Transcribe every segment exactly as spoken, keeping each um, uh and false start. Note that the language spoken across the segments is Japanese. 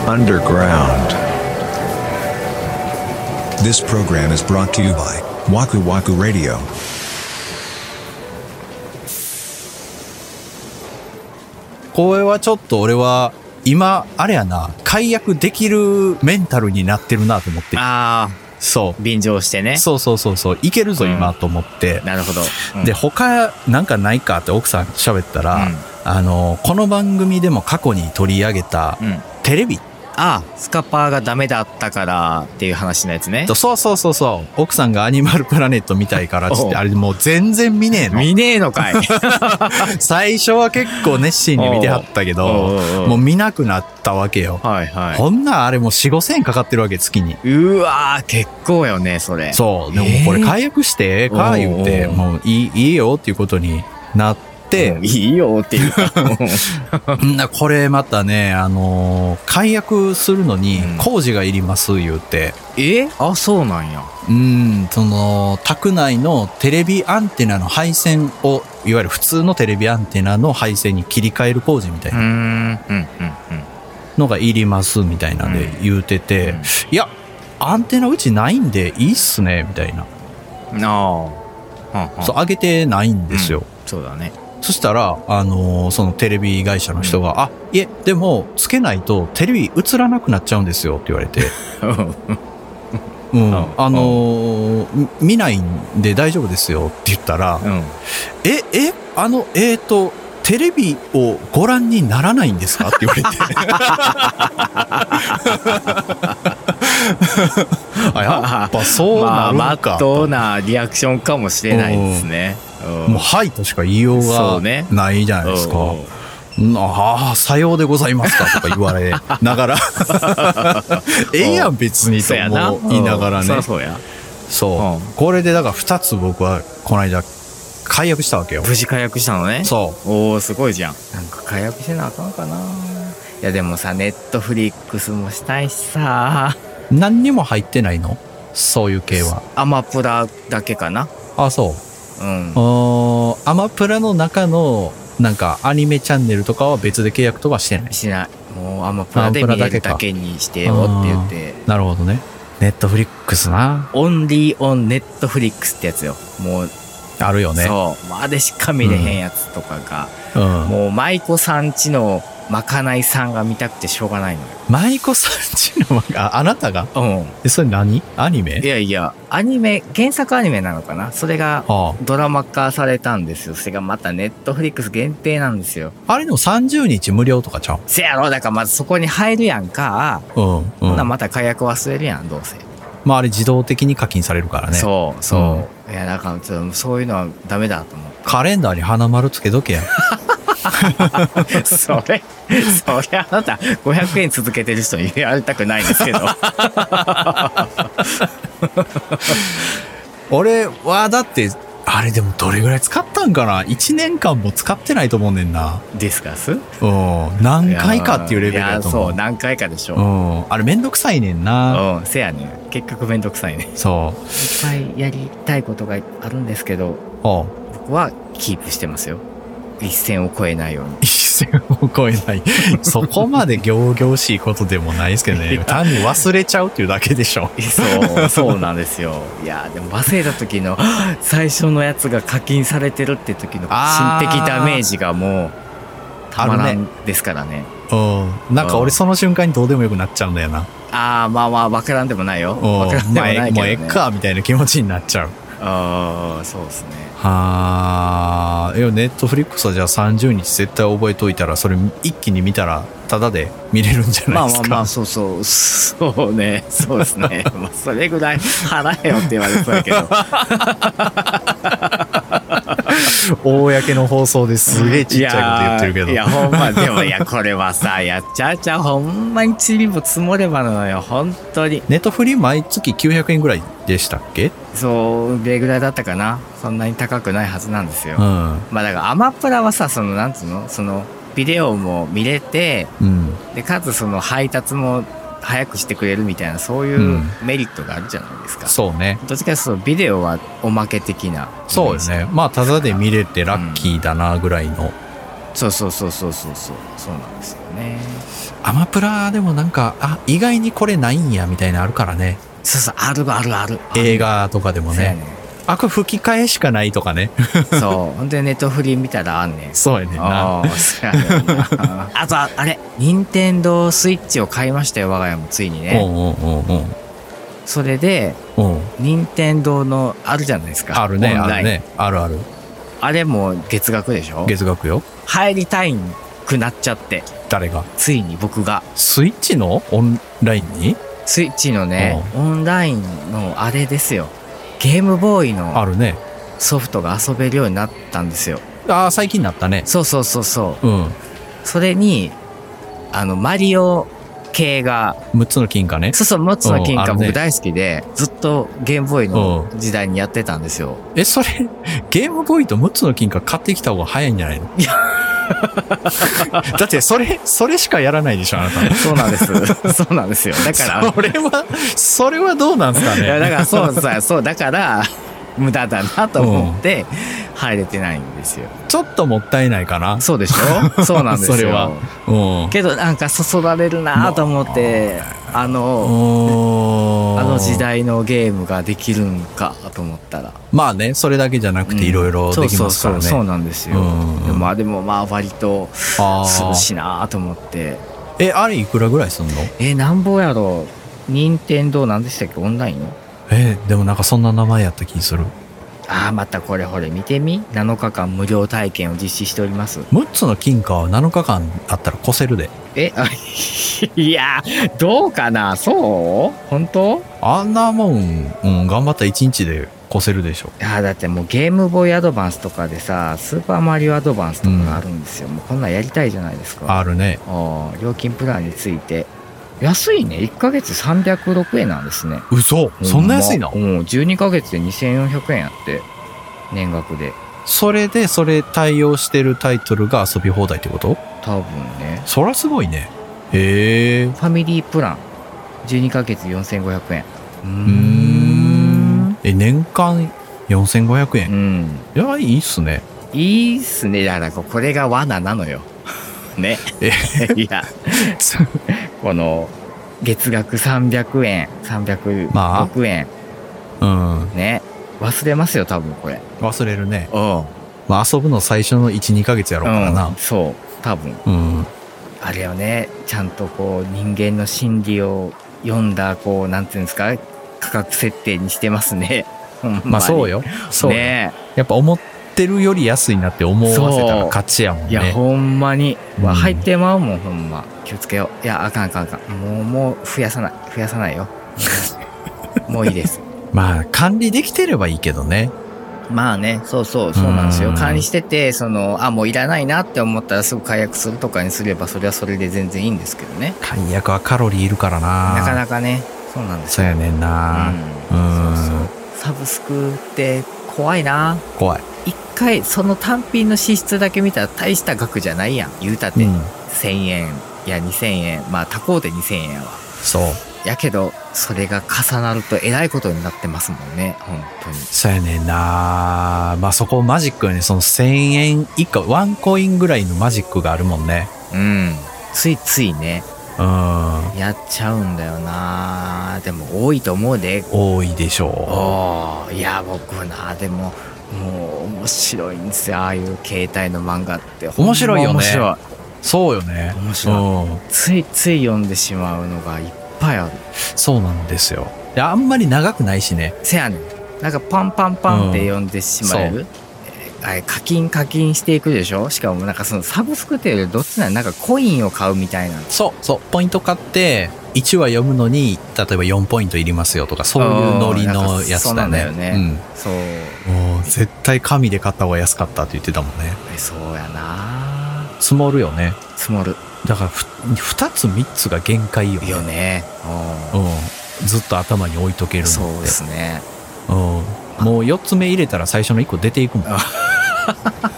underground. This program is brought to you by Waku Waku Radio. これはちょっと俺は今あれやな、解約できるメンタルになってるなと思って。 ああ、 そう便乗してね。 そうそうそうそう、いけるぞ今と思って、 うん、なるほど、 うん、で他なんかないかって奥さん喋ったら、うん、あのこの番組でも過去に取り上げた、うん、テレビ、 ああ、スカパーがダメだったからっていう話のやつね。 そうそうそうそう、奥さんがアニマルプラネット見たいからっつってあれもう全然見ねえの見ねえのかい最初は結構熱心に見てはったけどもう見なくなったわけよ。はいはい。こんなあれもう よん、ごせんえんかかってるわけ月に。 うわー結構よねそれ。 そうでももうこれ解約してか言ってもういいいいよっていうことになっていいよっていうかこれまたね、あのー、解約するのに工事がいります言うて、 うん、えあそうなんや。 うんその宅内のテレビアンテナの配線をいわゆる普通のテレビアンテナの配線に切り替える工事みたいなのがいりますみたいなんで言うてて、うんうん、いやアンテナうちないんでいいっすねみたいな。ああそう上げてないんですよ、 うん、そうだね。 そしたら、あのー、そのテレビ会社の人が、うん、あ、いえ、でも、つけないとテレビ映らなくなっちゃうんですよって言われて。うん、あのー、見ないんで大丈夫ですよって言ったら、うん、え、え、あの、えーと、テレビをご覧にならないんですかって言われて。あ、やっぱそうなるか。まあ、まっとうなリアクションかもしれないですね。 もうはいとしか言いようがないじゃないですか。ああさようでございますかとか言われながらええやん別にと思いながらね。そうそうや。そうこれでだからふたつ僕はこの間解約したわけよ。 無事解約したのね。 そう。 おおすごいじゃん。なんか解約してなあかんかな。いやでもさネットフリックスもしたいしさ。 何にも入ってないの？そういう系は。 アマプラだけかな。 あそう。うん、アマプラの中のなんかアニメチャンネルとかは別で契約とかしてない？ しない。もうアマプラで見れるだけにしてよって言って。 なるほどね。ネットフリックスな。 オンリーオンネットフリックスってやつよ。もうあるよね。 そうまでしか見れへんやつとかが、うんうん、もう舞妓さんちのまかないさんが見たくてしょうがないのよ。 舞妓さんちのああなたが？うん。えそれ何？アニメ？ いやいやアニメ原作アニメなのかな。それがドラマ化されたんですよ。それがまたネットフリックス限定なんですよ。 あれでもさんじゅうにち無料とかちゃう？ せやろだからまずそこに入るやんか。うん。うん、ほなまた解約忘れるやんどうせ。 まああれ自動的に課金されるからね。 そうそう。うん、いやだからちょっとそういうのはダメだと思う。 カレンダーに花丸つけとけや。 それそれあなたごひゃくえん続けてる人にやりたくないんですけど俺はだってあれでもどれぐらい使ったんかな。いちねんかんも使ってないと思うねんな。 ディスカス？うん何回かっていうレベルだと思う。いやそう何回かでしょ。 うんあれめんどくさいねんな。 うんせやねん結局めんどくさいね。 そういっぱいやりたいことがあるんですけど僕はキープしてますよ。一線を越えないように。 一線を越えないそこまで仰々しいことでもないですけどね。単に忘れちゃうっていうだけでしょ。 そうそうなんですよ。いやでも忘れた時の最初のやつが課金されてるって時の心的ダメージがもうたまらんですからね。 うんなんか俺その瞬間にどうでもよくなっちゃうんだよな。 ああまあまあ分からんでもないよ。分からんでもないけどね。 もうえっかみたいな気持ちになっちゃう。 ああそうですね。 はあ、いやネットフリックスはじゃあさんじゅうにち絶対覚えといたらそれ一気に見たらタダで見れるんじゃないですか。 まあまあまあそうそうそうねそうですねまあそれぐらい払えよって言われそうやけど公の放送ですげえちっちゃいこと言ってるけど。 いや、いやほんまでもいやこれはさやっちゃうちゃうほんまにちりも積もればなのよ本当に。 ネットフリ毎月きゅうひゃくえんぐらいでしたっけ？ そうれぐらいだったかな。そんなに高くないはずなんですよ、うん、まあだからアマプラはさそのなんつうのそのビデオも見れて、うん、でかつその配達も早くしてくれるみたいなそういうメリットがあるじゃないですか、うん、 そうね。 どっちかというとビデオはおまけ的な。 そうですね。まあタダで見れてラッキーだなぐらいのそうそうそうそうそうそうそうなんですよね。 アマプラでもなんかあ意外にこれないんやみたいなあるからね。 そうそうあるあるある。 映画とかでもね。あこれ吹き替えしかないとかね。 そうほんでネットフリ見たらあんねん。 そうやねんな。 あそうやねんなあとあれ任天堂スイッチを買いましたよ我が家もついにね。 おうおうおうおうそれで任天堂のあるじゃないですか。 あるねあるねあるある。 あれも月額でしょ。 月額よ。 入りたいくなっちゃって。 誰が？ ついに僕がスイッチのオンラインにスイッチのねオンラインのあれですよ。ゲームボーイのあるねソフトが遊べるようになったんですよ。 ああ最近なったね。 そうそうそうそう、 うん、 それにあのマリオ系がむっつの金貨ね。 そうそうむっつの金貨僕ね、 大好きでずっとゲームボーイの時代にやってたんですよ。 えそれゲームボーイとむっつの金貨買ってきた方が早いんじゃないの？いやだってそれそれしかやらないでしょあなた。 そうなんですそうなんですよ。だからそれはそれはどうなんですかね。 いやだからそうさそうだから無駄だなと思って入れてないんですよ。 ちょっともったいないかな。 そうでしょ。そうなんですよ。 それは、うん、 けどなんかそそられるなと思ってあのあの時代のゲームができるんかと思ったらまあねそれだけじゃなくていろいろできますからね。 そうなんですよ。でもまあでもまあ割とするしなと思って。 えあれいくらぐらいすんの？ えなんぼやろう。任天堂なんでしたっけオンラインの？ えでもなんかそんな名前やった気する。 ああまたこれほれ見てみなのかかん無料体験を実施しております。 むっつの金貨はなのかかんあったら越せるで。 えいやどうかな。そう本当？あんなもん、うん、頑張ったらいちにちで越せるでしょ。 いやだってもうゲームボーイアドバンスとかでさスーパーマリオアドバンスとかがあるんですよ、うん、もうこんなんやりたいじゃないですか。 あるね。 あ料金プランについて安いね。いっかげつさんびゃくろくえんなんですね。 嘘そんな安いの？ うんじゅうにかげつでにせんよんひゃくえんやって年額で。 それでそれ対応してるタイトルが遊び放題ってこと？ 多分ね。 そりゃすごいね。へえ。ファミリープランじゅうにかげつよんせんごひゃくえん。 うーんえ年間よんせんごひゃくえん。うんいやいいっすね。 いいっすね。だからこれが罠なのよね。いやこの月額さんびゃくえんさんびゃくろくえん、まあ、うんね忘れますよ多分これ。 忘れるね。 うんまあ遊ぶの最初の いちにかげつやろうからな、 うん、そう多分、うん、あれよねちゃんとこう人間の心理を読んだこうなんていうんですか価格設定にしてますね。 まあそうよそうね。やっぱ思ってるより安いなって思わせたら勝ちやもんね。 いやほんまに、うん、入ってまうもんほんま気をつけよう。いやあかんあかんあかんもうもう増やさない増やさないよもういいです。 まあ管理できてればいいけどね。 まあねそうそうそうなんですよ。管理しててそのあもういらないなって思ったらすぐ解約するとかにすればそれはそれで全然いいんですけどね。 解約はカロリーいるからな。 なかなかねそうなんですよ。 そうやねんな。 うん、うんそうそうサブスクって怖いな。 怖い。 一回その単品の支出だけ見たら大した額じゃないやん言うたって、うん、せんえんいやにせんえんまあ他行でにせんえんやわ。 そうやけどそれが重なるとえらいことになってますもんね本当に。 そうやねんな。まあそこマジックよね。そのせんえん以下ワンコインぐらいのマジックがあるもんね。 うんついついねうんやっちゃうんだよな。でも多いと思うで。 多いでしょう。いや僕なでももう面白いんですよああいう携帯の漫画って。 面白いよね。 面白いそうよね。 面白い、うん、ついつい読んでしまうのがいっぱいある。 そうなんですよ。あんまり長くないしね。 せやねんなんかパンパンパンって読んでしまえる、うんあれ課金課金していくでしょ。しかもなんかそのサブスクっていうよりどっちなんなんかコインを買うみたいな。 そうそうポイント買っていちわ読むのに例えばよんポイントいりますよとかそういうノリのやつだね。 そうなんだよね、うん、そうもう絶対紙で買った方が安かったって言ってたもんね。 そうやな積もるよね。 積もる。 だからふたつみっつが限界よね。 よね、 うん、ずっと頭に置いとけるのって。 そうですね、 うん、もうよっつめ入れたら最初のいっこ出ていくもんもう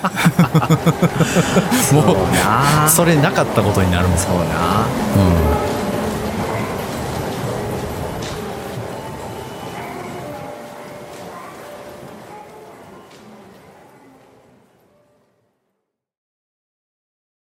それなかったことになるもん。 そうな、 うん